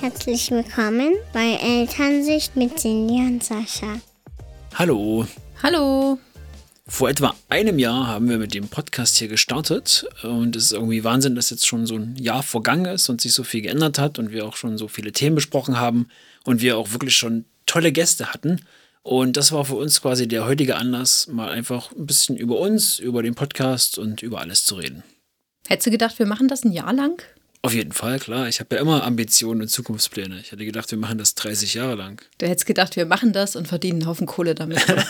Herzlich willkommen bei Elternsicht mit Cindy und Sascha. Hallo. Hallo. Vor etwa einem Jahr haben wir mit dem Podcast hier gestartet und es ist irgendwie Wahnsinn, dass jetzt schon so ein Jahr vergangen ist und sich so viel geändert hat und wir auch schon so viele Themen besprochen haben und wir auch wirklich schon tolle Gäste hatten. Und das war für uns quasi der heutige Anlass, mal einfach ein bisschen über uns, über den Podcast und über alles zu reden. Hättest du gedacht, wir machen das ein Jahr lang? Auf jeden Fall, klar. Ich habe ja immer Ambitionen und Zukunftspläne. Ich hätte gedacht, wir machen das 30 Jahre lang. Du hättest gedacht, wir machen das und verdienen einen Haufen Kohle damit, oder?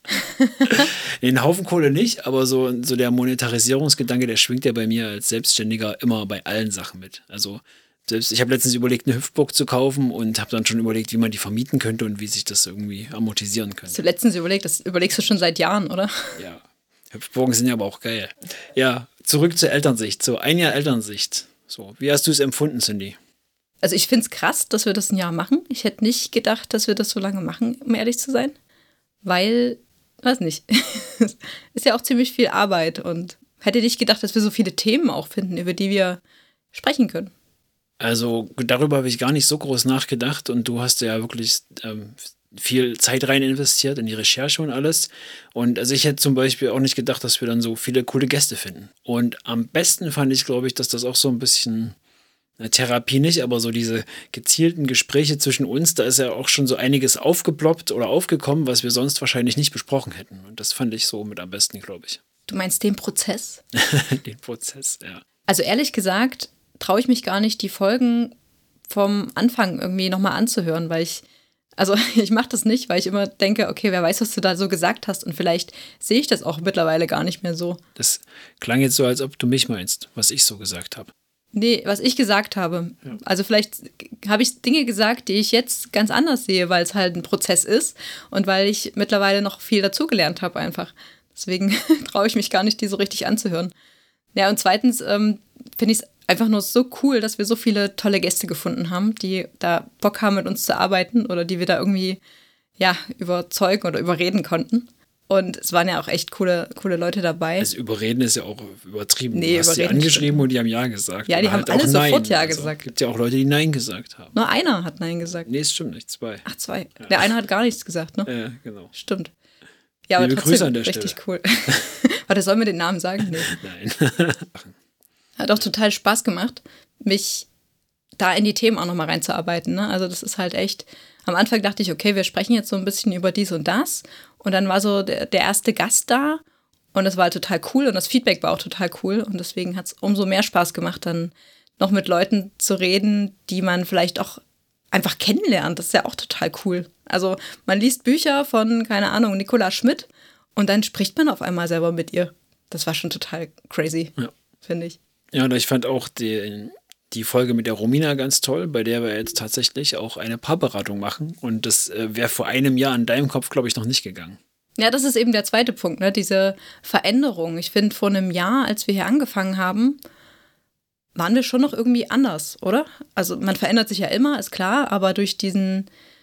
Den Haufen Kohle nicht, aber so der Monetarisierungsgedanke, der schwingt ja bei mir als Selbstständiger immer bei allen Sachen mit. Also selbst ich habe letztens überlegt, eine Hüpfburg zu kaufen und habe dann schon überlegt, wie man die vermieten könnte und wie sich das irgendwie amortisieren könnte. Hast du letztens überlegt, das überlegst du schon seit Jahren, oder? Ja, Hüpfburgen sind ja aber auch geil. Ja, zurück zur Elternsicht. So, ein Jahr Elternsicht. So, wie hast du es empfunden, Cindy? Also ich finde es krass, dass wir das ein Jahr machen. Ich hätte nicht gedacht, dass wir das so lange machen, um ehrlich zu sein. Weil, weiß nicht, ist ja auch ziemlich viel Arbeit und hätte nicht gedacht, dass wir so viele Themen auch finden, über die wir sprechen können. Also darüber habe ich gar nicht so groß nachgedacht und du hast ja wirklich viel Zeit rein investiert in die Recherche und alles. Und also ich hätte zum Beispiel auch nicht gedacht, dass wir dann so viele coole Gäste finden. Und am besten fand ich, glaube ich, dass das auch so ein bisschen, Therapie nicht, aber so diese gezielten Gespräche zwischen uns, da ist ja auch schon so einiges aufgeploppt oder aufgekommen, was wir sonst wahrscheinlich nicht besprochen hätten. Und das fand ich so mit am besten, glaube ich. Du meinst den Prozess? Den Prozess, ja. Also ehrlich gesagt, traue ich mich gar nicht, die Folgen vom Anfang irgendwie nochmal anzuhören, weil ich mache das nicht, weil ich immer denke, okay, wer weiß, was du da so gesagt hast und vielleicht sehe ich das auch mittlerweile gar nicht mehr so. Das klang jetzt so, als ob du mich meinst, was ich so gesagt habe. Nee, was ich gesagt habe. Ja. Also vielleicht habe ich Dinge gesagt, die ich jetzt ganz anders sehe, weil es halt ein Prozess ist und weil ich mittlerweile noch viel dazugelernt habe einfach. Deswegen traue ich mich gar nicht, die so richtig anzuhören. Ja, und zweitens finde ich es einfach nur so cool, dass wir so viele tolle Gäste gefunden haben, die da Bock haben, mit uns zu arbeiten oder die wir da irgendwie überzeugen oder überreden konnten. Und es waren ja auch echt coole Leute dabei. Also überreden ist ja auch übertrieben. Nee, du hast die angeschrieben und die haben Ja gesagt. Ja, die haben halt alle auch sofort Nein. Ja Also, gesagt. Es gibt ja auch Leute, die Nein gesagt haben. Nur einer hat Nein gesagt. Nee, es stimmt nicht, 2. Ach, 2. Ja. Der eine hat gar nichts gesagt, ne? Ja, genau. Stimmt. Ja, aber Liebe trotzdem Grüße an der richtig Stelle. cool. Warte, sollen wir den Namen sagen? Nee. Nein. Hat auch total Spaß gemacht, mich da in die Themen auch nochmal reinzuarbeiten. Ne? Also das ist halt echt, am Anfang dachte ich, okay, wir sprechen jetzt so ein bisschen über dies und das. Und dann war so der erste Gast da und das war halt total cool und das Feedback war auch total cool. Und deswegen hat es umso mehr Spaß gemacht, dann noch mit Leuten zu reden, die man vielleicht auch einfach kennenlernt. Das ist ja auch total cool. Also man liest Bücher von, keine Ahnung, Nicola Schmidt und dann spricht man auf einmal selber mit ihr. Das war schon total crazy, finde ich. Ja, und ich fand auch die Folge mit der Romina ganz toll, bei der wir jetzt tatsächlich auch eine Paarberatung machen. Und das wäre vor einem Jahr in deinem Kopf, glaube ich, noch nicht gegangen. Ja, das ist eben der zweite Punkt, ne? Diese Veränderung. Ich finde, vor einem Jahr, als wir hier angefangen haben, waren wir schon noch irgendwie anders, oder? Also man verändert sich ja immer, ist klar, aber durch dieses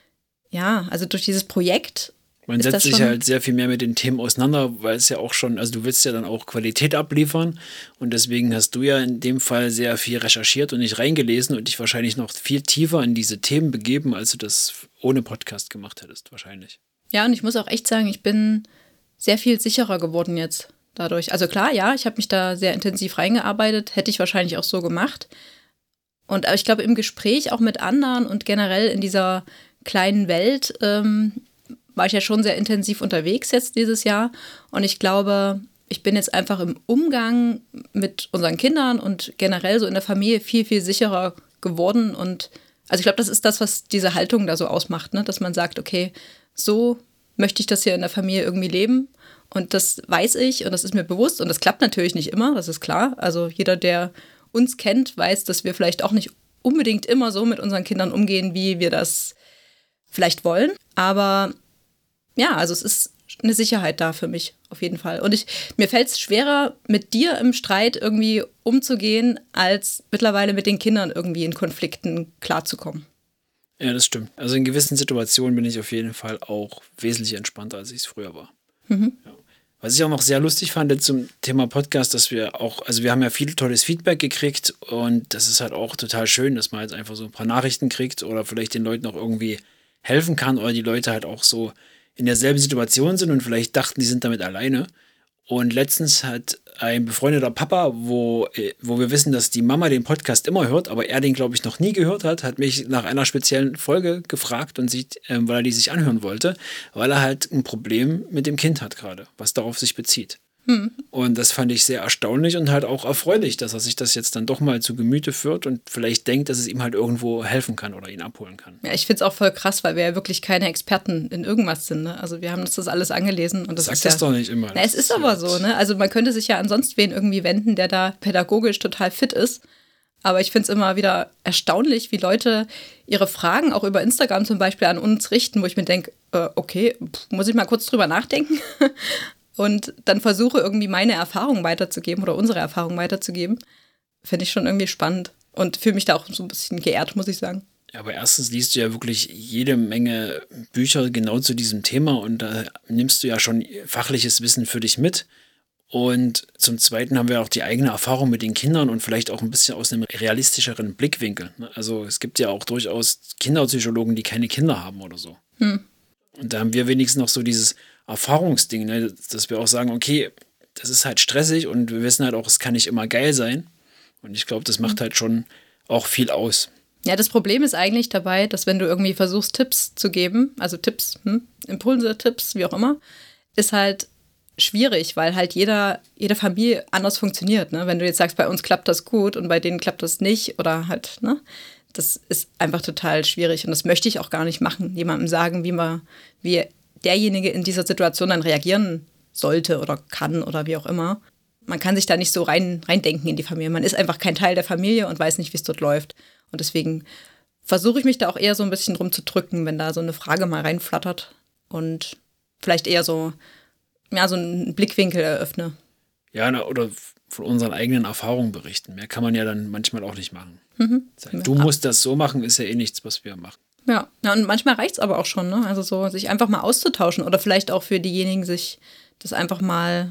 Projekt Man setzt sich halt sehr viel mehr mit den Themen auseinander, weil es ja auch schon, also du willst ja dann auch Qualität abliefern und deswegen hast du ja in dem Fall sehr viel recherchiert und dich reingelesen und dich wahrscheinlich noch viel tiefer in diese Themen begeben, als du das ohne Podcast gemacht hättest, wahrscheinlich. Ja, und ich muss auch echt sagen, ich bin sehr viel sicherer geworden jetzt dadurch. Also klar, ja, ich habe mich da sehr intensiv reingearbeitet, hätte ich wahrscheinlich auch so gemacht. Und aber ich glaube, im Gespräch auch mit anderen und generell in dieser kleinen Welt war ich ja schon sehr intensiv unterwegs jetzt dieses Jahr. Und ich glaube, ich bin jetzt einfach im Umgang mit unseren Kindern und generell so in der Familie viel, viel sicherer geworden. Und also ich glaube, das ist das, was diese Haltung da so ausmacht, ne? Dass man sagt, okay, so möchte ich das hier in der Familie irgendwie leben. Und das weiß ich und das ist mir bewusst. Und das klappt natürlich nicht immer, das ist klar. Also jeder, der uns kennt, weiß, dass wir vielleicht auch nicht unbedingt immer so mit unseren Kindern umgehen, wie wir das vielleicht wollen. Aber ja, also es ist eine Sicherheit da für mich, auf jeden Fall. Und mir fällt es schwerer, mit dir im Streit irgendwie umzugehen, als mittlerweile mit den Kindern irgendwie in Konflikten klarzukommen. Ja, das stimmt. Also in gewissen Situationen bin ich auf jeden Fall auch wesentlich entspannter, als ich es früher war. Mhm. Ja. Was ich auch noch sehr lustig fand zum Thema Podcast, dass wir auch, also wir haben ja viel tolles Feedback gekriegt und das ist halt auch total schön, dass man jetzt einfach so ein paar Nachrichten kriegt oder vielleicht den Leuten auch irgendwie helfen kann oder die Leute halt auch so in derselben Situation sind und vielleicht dachten, die sind damit alleine. Und letztens hat ein befreundeter Papa, wo wir wissen, dass die Mama den Podcast immer hört, aber er den, glaube ich, noch nie gehört hat mich nach einer speziellen Folge gefragt und weil er die sich anhören wollte, weil er halt ein Problem mit dem Kind hat gerade, was darauf sich bezieht. Und das fand ich sehr erstaunlich und halt auch erfreulich, dass er sich das jetzt dann doch mal zu Gemüte führt und vielleicht denkt, dass es ihm halt irgendwo helfen kann oder ihn abholen kann. Ja, ich finde es auch voll krass, weil wir ja wirklich keine Experten in irgendwas sind. Ne? Also wir haben uns das alles angelesen. Und das Sag ist das ja, doch nicht immer. Na, es ist aber so, ne? Also man könnte sich ja an sonst wen irgendwie wenden, der da pädagogisch total fit ist. Aber ich finde es immer wieder erstaunlich, wie Leute ihre Fragen auch über Instagram zum Beispiel an uns richten, wo ich mir denke, okay, muss ich mal kurz drüber nachdenken. Und dann versuche irgendwie meine Erfahrung weiterzugeben oder unsere Erfahrung weiterzugeben, finde ich schon irgendwie spannend und fühle mich da auch so ein bisschen geehrt, muss ich sagen. Ja, aber erstens liest du ja wirklich jede Menge Bücher genau zu diesem Thema und da nimmst du ja schon fachliches Wissen für dich mit. Und zum Zweiten haben wir auch die eigene Erfahrung mit den Kindern und vielleicht auch ein bisschen aus einem realistischeren Blickwinkel. Also es gibt ja auch durchaus Kinderpsychologen, die keine Kinder haben oder so. Und da haben wir wenigstens noch so dieses Erfahrungsding, ne? Dass wir auch sagen, okay, das ist halt stressig und wir wissen halt auch, es kann nicht immer geil sein. Und ich glaube, das macht halt schon auch viel aus. Ja, das Problem ist eigentlich dabei, dass wenn du irgendwie versuchst, Tipps zu geben, also Tipps, Impulse, Tipps, wie auch immer, ist halt schwierig, weil halt jede Familie anders funktioniert. Ne? Wenn du jetzt sagst, bei uns klappt das gut und bei denen klappt das nicht oder halt, ne? Das ist einfach total schwierig und das möchte ich auch gar nicht machen, jemandem sagen, wie derjenige in dieser Situation dann reagieren sollte oder kann oder wie auch immer. Man kann sich da nicht so reindenken in die Familie. Man ist einfach kein Teil der Familie und weiß nicht, wie es dort läuft. Und deswegen versuche ich mich da auch eher so ein bisschen drum zu drücken, wenn da so eine Frage mal reinflattert und vielleicht eher so einen Blickwinkel eröffne. Ja, oder von unseren eigenen Erfahrungen berichten. Mehr kann man ja dann manchmal auch nicht machen. Du musst das so machen, ist ja eh nichts, was wir machen. Ja, und manchmal reicht es aber auch schon, ne? Also so, sich einfach mal auszutauschen oder vielleicht auch für diejenigen, sich das einfach mal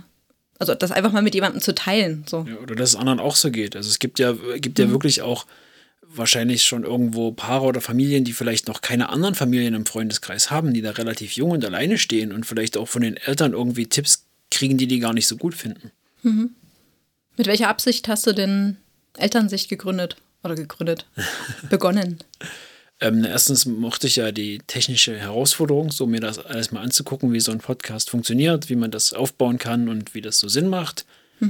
mit jemandem zu teilen. So. Ja, oder dass es anderen auch so geht. Also es gibt ja wirklich auch wahrscheinlich schon irgendwo Paare oder Familien, die vielleicht noch keine anderen Familien im Freundeskreis haben, die da relativ jung und alleine stehen und vielleicht auch von den Eltern irgendwie Tipps kriegen, die gar nicht so gut finden. Mit welcher Absicht hast du denn Elternsicht gegründet? Begonnen? Erstens mochte ich ja die technische Herausforderung, so mir das alles mal anzugucken, wie so ein Podcast funktioniert, wie man das aufbauen kann und wie das so Sinn macht.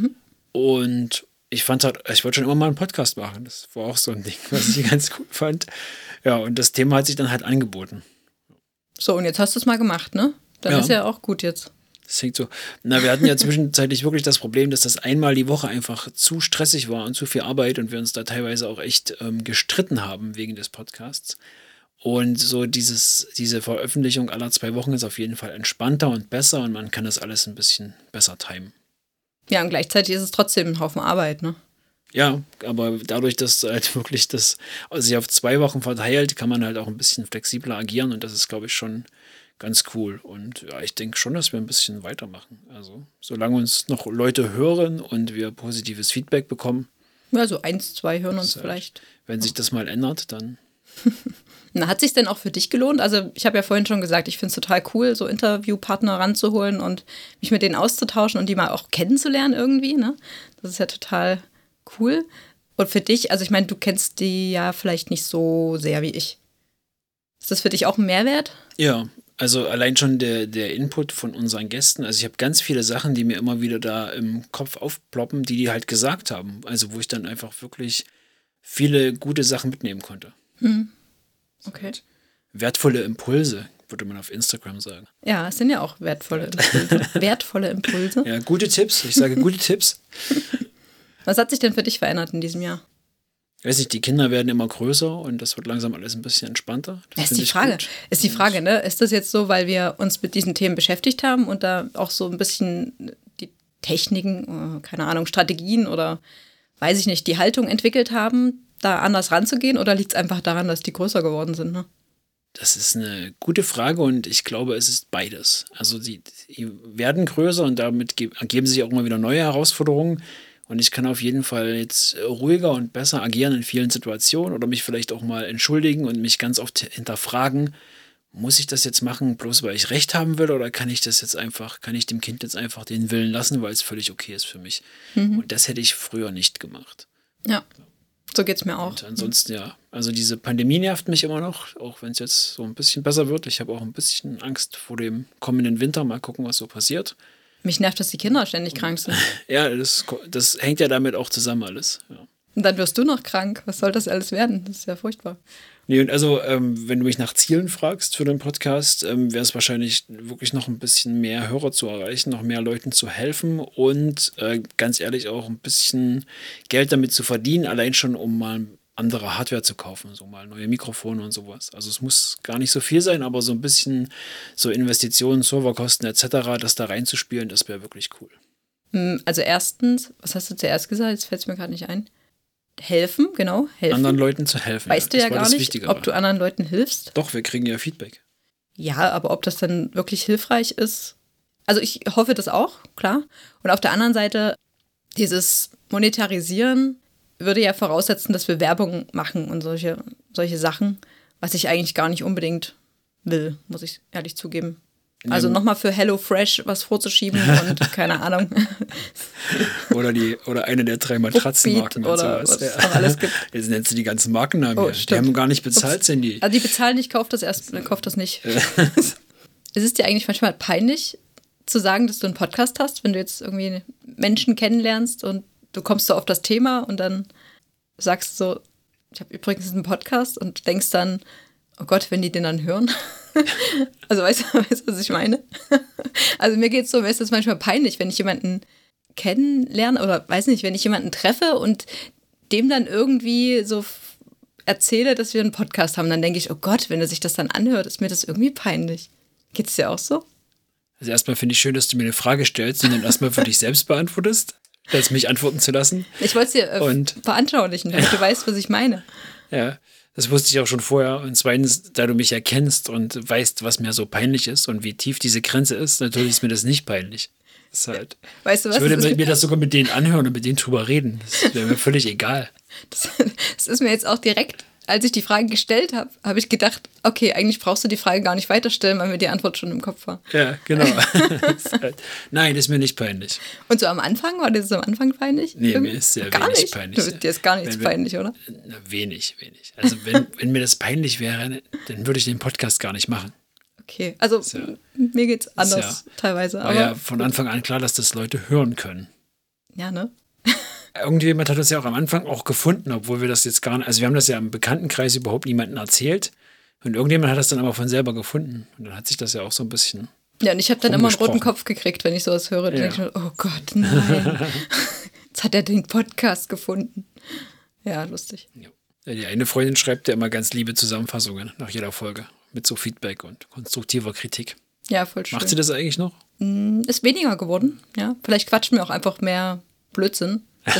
Und ich wollte schon immer mal einen Podcast machen. Das war auch so ein Ding, was ich ganz cool fand. Ja, und das Thema hat sich dann halt angeboten. So, und jetzt hast du es mal gemacht, ne? Dann ist ja auch gut jetzt. Das hängt so. Wir hatten ja zwischenzeitlich wirklich das Problem, dass das einmal die Woche einfach zu stressig war und zu viel Arbeit und wir uns da teilweise auch echt gestritten haben wegen des Podcasts. Und so diese Veröffentlichung aller 2 Wochen ist auf jeden Fall entspannter und besser und man kann das alles ein bisschen besser timen. Ja, und gleichzeitig ist es trotzdem ein Haufen Arbeit, ne? Ja, aber dadurch, dass halt wirklich das sich auf 2 Wochen verteilt, kann man halt auch ein bisschen flexibler agieren und das ist, glaube ich, schon ganz cool. Und ja, ich denke schon, dass wir ein bisschen weitermachen. Also, solange uns noch Leute hören und wir positives Feedback bekommen. Ja, so 1, 2 hören uns vielleicht. Wenn sich das mal ändert, dann. Na, hat es sich denn auch für dich gelohnt? Also, ich habe ja vorhin schon gesagt, ich finde es total cool, so Interviewpartner ranzuholen und mich mit denen auszutauschen und die mal auch kennenzulernen irgendwie, ne? Das ist ja total cool. Und für dich, also ich meine, du kennst die ja vielleicht nicht so sehr wie ich. Ist das für dich auch ein Mehrwert? Ja, also allein schon der Input von unseren Gästen. Also ich habe ganz viele Sachen, die mir immer wieder da im Kopf aufploppen, die halt gesagt haben. Also wo ich dann einfach wirklich viele gute Sachen mitnehmen konnte. Okay. Wertvolle Impulse, würde man auf Instagram sagen. Ja, es sind ja auch wertvolle Impulse. Wertvolle Impulse. Ja, gute Tipps. Ich sage gute Tipps. Was hat sich denn für dich verändert in diesem Jahr? Ich weiß nicht, die Kinder werden immer größer und das wird langsam alles ein bisschen entspannter. Das ist die Frage, ne? Ist das jetzt so, weil wir uns mit diesen Themen beschäftigt haben und da auch so ein bisschen die Techniken, keine Ahnung, Strategien oder weiß ich nicht, die Haltung entwickelt haben, da anders ranzugehen oder liegt es einfach daran, dass die größer geworden sind, ne? Das ist eine gute Frage und ich glaube, es ist beides. Also die werden größer und damit ergeben sich auch immer wieder neue Herausforderungen. Und ich kann auf jeden Fall jetzt ruhiger und besser agieren in vielen Situationen oder mich vielleicht auch mal entschuldigen und mich ganz oft hinterfragen, muss ich das jetzt machen, bloß weil ich Recht haben will, oder kann ich dem Kind jetzt einfach den Willen lassen, weil es völlig okay ist für mich. Und das hätte ich früher nicht gemacht. Ja, so geht's mir auch. Und ansonsten, ja, also diese Pandemie nervt mich immer noch, auch wenn es jetzt so ein bisschen besser wird. Ich habe auch ein bisschen Angst vor dem kommenden Winter. Mal gucken, was so passiert. Mich nervt, dass die Kinder ständig krank sind. Ja, das hängt ja damit auch zusammen alles. Ja. Und dann wirst du noch krank. Was soll das alles werden? Das ist ja furchtbar. Nee, und also, wenn du mich nach Zielen fragst für den Podcast, wäre es wahrscheinlich wirklich noch ein bisschen mehr Hörer zu erreichen, noch mehr Leuten zu helfen und ganz ehrlich auch ein bisschen Geld damit zu verdienen, allein schon, um mal andere Hardware zu kaufen, so mal neue Mikrofone und sowas. Also es muss gar nicht so viel sein, aber so ein bisschen so Investitionen, Serverkosten etc., das da reinzuspielen, das wäre wirklich cool. Also erstens, was hast du zuerst gesagt? Jetzt fällt es mir gerade nicht ein. Helfen, genau, helfen. Anderen Leuten zu helfen. Weißt du ja gar nicht, Wichtigere. ob du anderen Leuten hilfst. Doch, wir kriegen ja Feedback. Ja, aber ob das dann wirklich hilfreich ist, also ich hoffe das auch, klar. Und auf der anderen Seite, dieses Monetarisieren würde ja voraussetzen, dass wir Werbung machen und solche Sachen, was ich eigentlich gar nicht unbedingt will, muss ich ehrlich zugeben. Also nochmal für HelloFresh was vorzuschieben und keine Ahnung. Oder eine der 3 Matratzenmarken und oder sowas. was es noch alles gibt. Jetzt nennst du die ganzen Markennamen. Oh, Die stimmt. haben gar nicht bezahlt, sind die. Also die bezahlen nicht, kauft das nicht. Ist es dir eigentlich manchmal peinlich zu sagen, dass du einen Podcast hast, wenn du jetzt irgendwie Menschen kennenlernst und du kommst so auf das Thema und dann sagst du so, ich habe übrigens einen Podcast und denkst dann, oh Gott, wenn die den dann hören. Also weißt du, was ich meine? Also mir geht es so, mir ist das manchmal peinlich, wenn ich jemanden kennenlerne oder weiß nicht, wenn ich jemanden treffe und dem dann irgendwie so erzähle, dass wir einen Podcast haben, dann denke ich, oh Gott, wenn er sich das dann anhört, ist mir das irgendwie peinlich. Geht es dir auch so? Also erstmal finde ich schön, dass du mir eine Frage stellst und dann erstmal für dich selbst beantwortest, als mich antworten zu lassen. Ich wollte es dir veranschaulichen, damit du weißt, was ich meine. Ja, das wusste ich auch schon vorher. Und zweitens, da du mich erkennst und weißt, was mir so peinlich ist und wie tief diese Grenze ist, natürlich ist mir das nicht peinlich. Das ist halt, weißt du was? Ich würde mir das sogar mit denen anhören und mit denen drüber reden. Das wäre mir völlig egal. Das ist mir jetzt auch direkt, als ich die Frage gestellt habe, habe ich gedacht, okay, eigentlich brauchst du die Frage gar nicht weiterstellen, weil mir die Antwort schon im Kopf war. Ja, genau. Nein, das ist mir nicht peinlich. Und so am Anfang, war das am Anfang peinlich? Nee, mir ist sehr gar wenig nicht peinlich. Dir ist gar nichts peinlich, oder? Na, wenig. Also wenn mir das peinlich wäre, dann würde ich den Podcast gar nicht machen. Okay, also mir geht's anders teilweise. War ja von Anfang an klar, dass das Leute hören können. Ja, ne? Irgendjemand hat uns ja auch am Anfang auch gefunden, obwohl wir das jetzt gar nicht, also wir haben das ja im Bekanntenkreis überhaupt niemandem erzählt und irgendjemand hat das dann aber von selber gefunden und dann hat sich das ja auch so ein bisschen Ja, und ich habe dann immer einen roten Kopf gekriegt, wenn ich sowas höre. Dann denke ich mir, oh Gott, nein. Jetzt hat er den Podcast gefunden. Ja, lustig. Ja, die eine Freundin schreibt ja immer ganz liebe Zusammenfassungen nach jeder Folge mit so Feedback und konstruktiver Kritik. Ja, voll schön. Macht sie das eigentlich noch? Ist weniger geworden, ja. Vielleicht quatschen wir auch einfach mehr Blödsinn.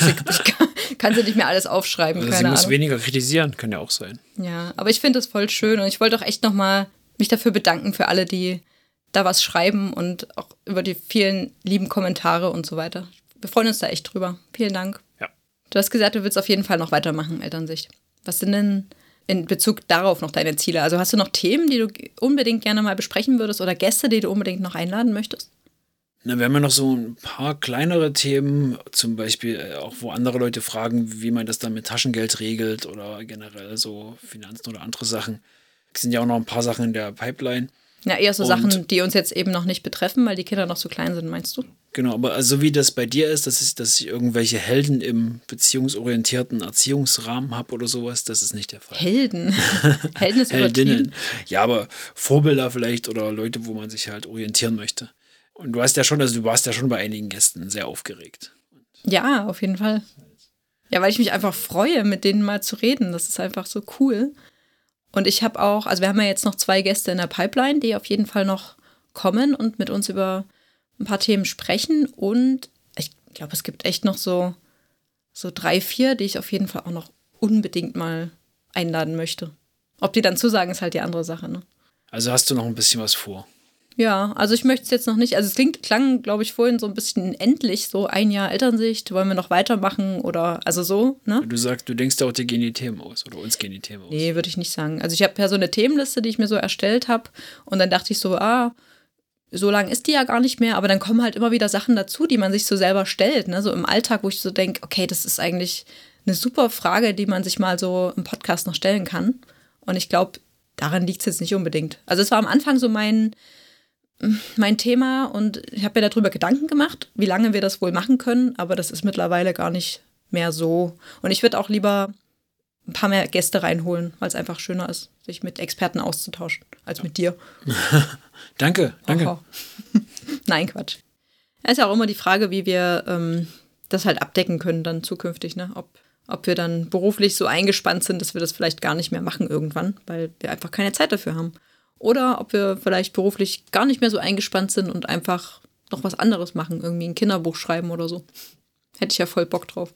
Ich kann sie nicht mehr alles aufschreiben, Also keine sie Ahnung. muss weniger kritisieren, kann ja auch sein. Ja, aber ich finde das voll schön und ich wollte auch echt nochmal mich dafür bedanken für alle, die da was schreiben und auch über die vielen lieben Kommentare und so weiter. Wir freuen uns da echt drüber. Vielen Dank. Ja. Du hast gesagt, du willst auf jeden Fall noch weitermachen, Elternsicht. Was sind denn in Bezug darauf noch deine Ziele? Also hast du noch Themen, die du unbedingt gerne mal besprechen würdest oder Gäste, die du unbedingt noch einladen möchtest? Na, wir haben ja noch so ein paar kleinere Themen, zum Beispiel auch, wo andere Leute fragen, wie man das dann mit Taschengeld regelt oder generell so Finanzen oder andere Sachen. Es sind ja auch noch ein paar Sachen in der Pipeline. Ja, eher so Und Sachen, die uns jetzt eben noch nicht betreffen, weil die Kinder noch so klein sind, meinst du? Genau, aber also wie das bei dir ist, dass ich irgendwelche Helden im beziehungsorientierten Erziehungsrahmen habe oder sowas, das ist nicht der Fall. Helden? Helden ist übertrieben. Heldinnen. Ja, aber Vorbilder vielleicht oder Leute, wo man sich halt orientieren möchte. Und du warst ja schon bei einigen Gästen sehr aufgeregt. Ja, auf jeden Fall. Ja, weil ich mich einfach freue, mit denen mal zu reden. Das ist einfach so cool. Und ich habe auch, also wir haben ja jetzt noch 2 Gäste in der Pipeline, die auf jeden Fall noch kommen und mit uns über ein paar Themen sprechen. Und ich glaube, es gibt echt noch so 3, 4, die ich auf jeden Fall auch noch unbedingt mal einladen möchte. Ob die dann zusagen, ist halt die andere Sache, ne? Also hast du noch ein bisschen was vor? Ja, also ich möchte es jetzt noch nicht, also es klang, glaube ich, vorhin so ein bisschen endlich, so 1 Jahr Elternsicht, wollen wir noch weitermachen oder, also so, ne? Du sagst, du denkst auch, dir gehen die Themen aus oder uns gehen die Themen aus. Nee, würde ich nicht sagen. Also ich habe ja so eine Themenliste, die ich mir so erstellt habe und dann dachte ich so, so lang ist die ja gar nicht mehr, aber dann kommen halt immer wieder Sachen dazu, die man sich so selber stellt, ne? So im Alltag, wo ich so denke, okay, das ist eigentlich eine super Frage, die man sich mal so im Podcast noch stellen kann. Und ich glaube, daran liegt es jetzt nicht unbedingt. Also es war am Anfang so mein Thema und ich habe mir darüber Gedanken gemacht, wie lange wir das wohl machen können, aber das ist mittlerweile gar nicht mehr so. Und ich würde auch lieber ein paar mehr Gäste reinholen, weil es einfach schöner ist, sich mit Experten auszutauschen, als mit dir. Danke. Nein, Quatsch. Es ist ja auch immer die Frage, wie wir das halt abdecken können dann zukünftig, ne? Ob wir dann beruflich so eingespannt sind, dass wir das vielleicht gar nicht mehr machen irgendwann, weil wir einfach keine Zeit dafür haben. Oder ob wir vielleicht beruflich gar nicht mehr so eingespannt sind und einfach noch was anderes machen, irgendwie ein Kinderbuch schreiben oder so. Hätte ich ja voll Bock drauf.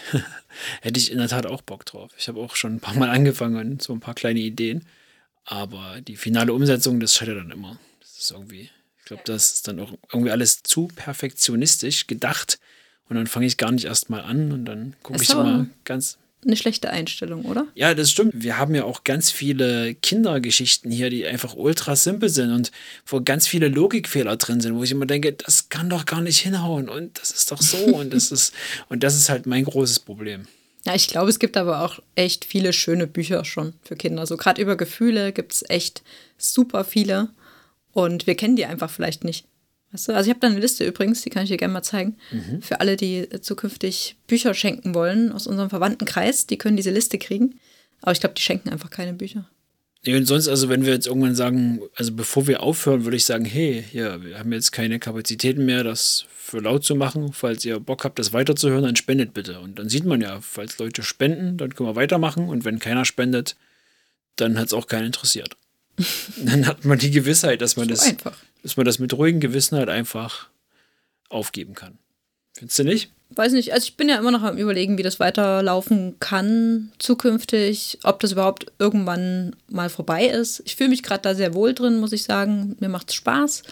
Hätte ich in der Tat auch Bock drauf. Ich habe auch schon ein paar Mal angefangen, so ein paar kleine Ideen. Aber die finale Umsetzung, das scheitert dann immer. Das ist irgendwie, ich glaube, das ist dann auch irgendwie alles zu perfektionistisch gedacht. Und dann fange ich gar nicht erst mal an und dann gucke ich immer ganz. Eine schlechte Einstellung, oder? Ja, das stimmt. Wir haben ja auch ganz viele Kindergeschichten hier, die einfach ultra simpel sind und wo ganz viele Logikfehler drin sind, wo ich immer denke, das kann doch gar nicht hinhauen und das ist doch so und das ist halt mein großes Problem. Ja, ich glaube, es gibt aber auch echt viele schöne Bücher schon für Kinder. So gerade über Gefühle gibt es echt super viele und wir kennen die einfach vielleicht nicht. Weißt du? Also ich habe da eine Liste übrigens, die kann ich dir gerne mal zeigen. Für alle, die zukünftig Bücher schenken wollen aus unserem Verwandtenkreis, die können diese Liste kriegen. Aber ich glaube, die schenken einfach keine Bücher. Nee, und sonst, also wenn wir jetzt irgendwann sagen, also bevor wir aufhören, würde ich sagen, hey, hier, wir haben jetzt keine Kapazitäten mehr, das für laut zu machen. Falls ihr Bock habt, das weiterzuhören, dann spendet bitte. Und dann sieht man ja, falls Leute spenden, dann können wir weitermachen. Und wenn keiner spendet, dann hat es auch keinen interessiert. Dann hat man die Gewissheit, dass man das mit ruhigem Gewissen halt einfach aufgeben kann. Findest du nicht? Weiß nicht, also ich bin ja immer noch am Überlegen, wie das weiterlaufen kann zukünftig, ob das überhaupt irgendwann mal vorbei ist. Ich fühle mich gerade da sehr wohl drin, muss ich sagen. Mir macht es Spaß.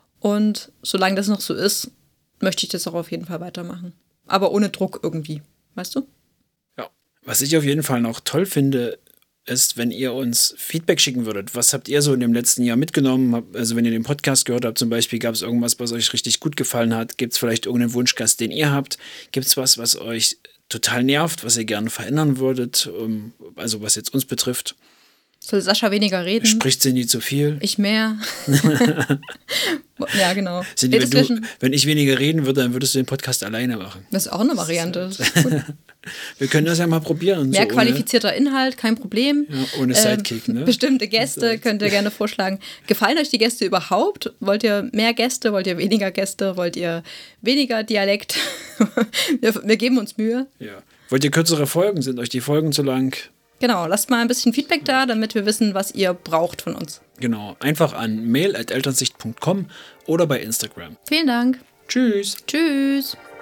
Und solange das noch so ist, möchte ich das auch auf jeden Fall weitermachen. Aber ohne Druck irgendwie, weißt du? Ja. Was ich auf jeden Fall noch toll finde, ist, wenn ihr uns Feedback schicken würdet. Was habt ihr so in dem letzten Jahr mitgenommen? Also wenn ihr den Podcast gehört habt, zum Beispiel, gab es irgendwas, was euch richtig gut gefallen hat? Gibt es vielleicht irgendeinen Wunschgast, den ihr habt? Gibt es was euch total nervt, was ihr gerne verändern würdet? Also was jetzt uns betrifft. Soll Sascha weniger reden? Spricht sie nie zu viel? Ich mehr. Ja, genau. Cindy, wenn ich weniger reden würde, dann würdest du den Podcast alleine machen. Das ist auch eine Variante. Das ist gut. Wir können das ja mal probieren. Mehr so qualifizierter Inhalt, kein Problem. Ja, ohne Sidekick, ne? Bestimmte Gäste könnt ihr gerne vorschlagen. Gefallen euch die Gäste überhaupt? Wollt ihr mehr Gäste? Wollt ihr weniger Gäste? Wollt ihr weniger Dialekt? Wir geben uns Mühe. Ja. Wollt ihr kürzere Folgen? Sind euch die Folgen zu lang? Genau, lasst mal ein bisschen Feedback da, damit wir wissen, was ihr braucht von uns. Genau, einfach an mail@elternsicht.com oder bei Instagram. Vielen Dank. Tschüss. Tschüss.